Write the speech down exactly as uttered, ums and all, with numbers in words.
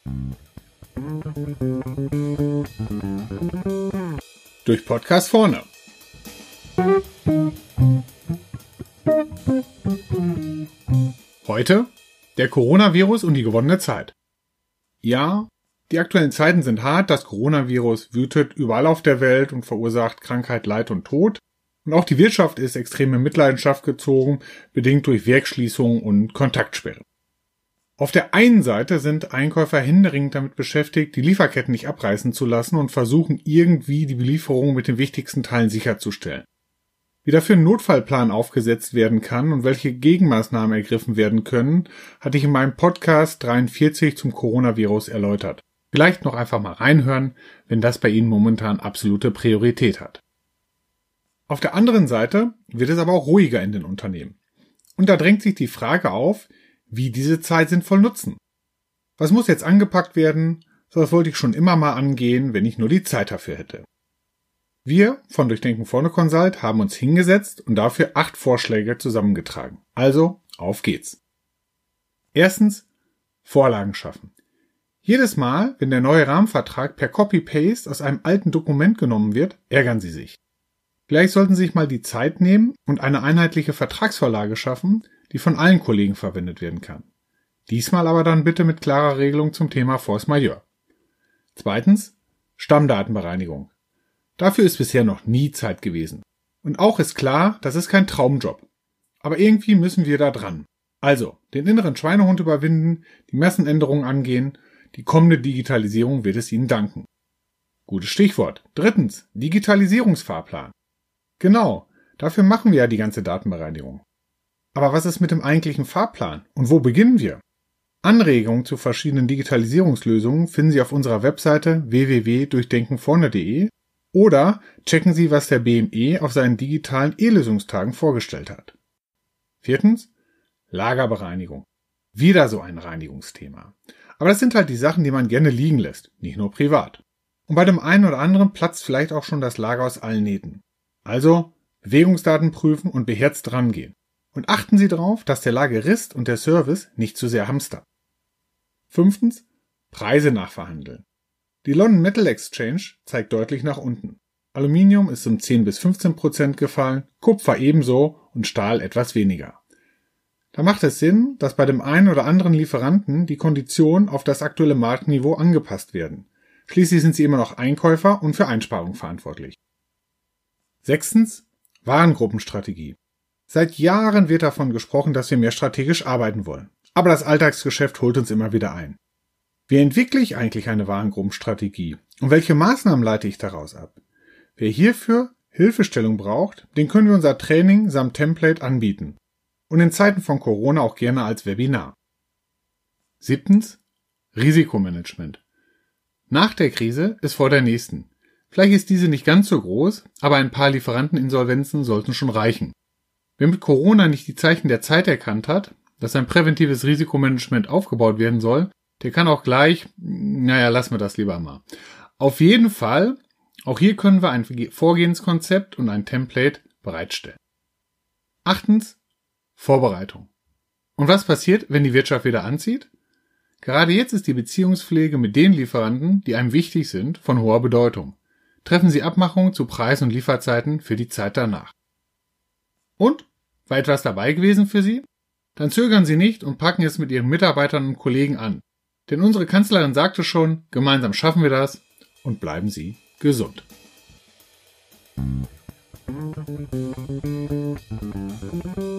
Durch Podcast vorne. Heute der Coronavirus und die gewonnene Zeit. Ja, die aktuellen Zeiten sind hart, das Coronavirus wütet überall auf der Welt und verursacht Krankheit, Leid und Tod. Und auch die Wirtschaft ist extrem in Mitleidenschaft gezogen, bedingt durch Werksschließungen und Kontaktsperren. Auf der einen Seite sind Einkäufer händeringend damit beschäftigt, die Lieferketten nicht abreißen zu lassen und versuchen irgendwie die Belieferung mit den wichtigsten Teilen sicherzustellen. Wie dafür ein Notfallplan aufgesetzt werden kann und welche Gegenmaßnahmen ergriffen werden können, hatte ich in meinem Podcast dreiundvierzig zum Coronavirus erläutert. Vielleicht noch einfach mal reinhören, wenn das bei Ihnen momentan absolute Priorität hat. Auf der anderen Seite wird es aber auch ruhiger in den Unternehmen. Und da drängt sich die Frage auf, wie diese Zeit sinnvoll nutzen. Was muss jetzt angepackt werden? So was wollte ich schon immer mal angehen, wenn ich nur die Zeit dafür hätte. Wir von Durchdenken vorne Consult haben uns hingesetzt und dafür acht Vorschläge zusammengetragen. Also, auf geht's. Erstens, Vorlagen schaffen. Jedes Mal, wenn der neue Rahmenvertrag per Copy-Paste aus einem alten Dokument genommen wird, ärgern Sie sich. Vielleicht sollten Sie sich mal die Zeit nehmen und eine einheitliche Vertragsvorlage schaffen, die von allen Kollegen verwendet werden kann. Diesmal aber dann bitte mit klarer Regelung zum Thema Force Majeure. Zweitens, Stammdatenbereinigung. Dafür ist bisher noch nie Zeit gewesen. Und auch ist klar, das ist kein Traumjob. Aber irgendwie müssen wir da dran. Also, den inneren Schweinehund überwinden, die Massenänderungen angehen, die kommende Digitalisierung wird es Ihnen danken. Gutes Stichwort. Drittens, Digitalisierungsfahrplan. Genau, dafür machen wir ja die ganze Datenbereinigung. Aber was ist mit dem eigentlichen Fahrplan? Und wo beginnen wir? Anregungen zu verschiedenen Digitalisierungslösungen finden Sie auf unserer Webseite w w w punkt durchdenken vorne punkt de oder checken Sie, was der B M E auf seinen digitalen E-Lösungstagen vorgestellt hat. Viertens, Lagerbereinigung. Wieder so ein Reinigungsthema. Aber das sind halt die Sachen, die man gerne liegen lässt, nicht nur privat. Und bei dem einen oder anderen platzt vielleicht auch schon das Lager aus allen Nähten. Also Bewegungsdaten prüfen und beherzt rangehen. Und achten Sie darauf, dass der Lagerist und der Service nicht zu sehr hamstern. Fünftens, Preise nachverhandeln. Die London Metal Exchange zeigt deutlich nach unten. Aluminium ist um zehn bis fünfzehn Prozent gefallen, Kupfer ebenso und Stahl etwas weniger. Da macht es Sinn, dass bei dem einen oder anderen Lieferanten die Konditionen auf das aktuelle Marktniveau angepasst werden. Schließlich sind Sie immer noch Einkäufer und für Einsparungen verantwortlich. Sechstens, Warengruppenstrategie. Seit Jahren wird davon gesprochen, dass wir mehr strategisch arbeiten wollen. Aber das Alltagsgeschäft holt uns immer wieder ein. Wie entwickle ich eigentlich eine Warengruppenstrategie? Und welche Maßnahmen leite ich daraus ab? Wer hierfür Hilfestellung braucht, den können wir unser Training samt Template anbieten. Und in Zeiten von Corona auch gerne als Webinar. Siebtens, Risikomanagement. Nach der Krise ist vor der nächsten. Vielleicht ist diese nicht ganz so groß, aber ein paar Lieferanteninsolvenzen sollten schon reichen. Wer mit Corona nicht die Zeichen der Zeit erkannt hat, dass ein präventives Risikomanagement aufgebaut werden soll, der kann auch gleich, naja, lassen wir das lieber mal. Auf jeden Fall, auch hier können wir ein Vorgehenskonzept und ein Template bereitstellen. Achtens, Vorbereitung. Und was passiert, wenn die Wirtschaft wieder anzieht? Gerade jetzt ist die Beziehungspflege mit den Lieferanten, die einem wichtig sind, von hoher Bedeutung. Treffen Sie Abmachungen zu Preis- und Lieferzeiten für die Zeit danach. Und? War etwas dabei gewesen für Sie? Dann zögern Sie nicht und packen es mit Ihren Mitarbeitern und Kollegen an. Denn unsere Kanzlerin sagte schon, gemeinsam schaffen wir das und bleiben Sie gesund. Thank you.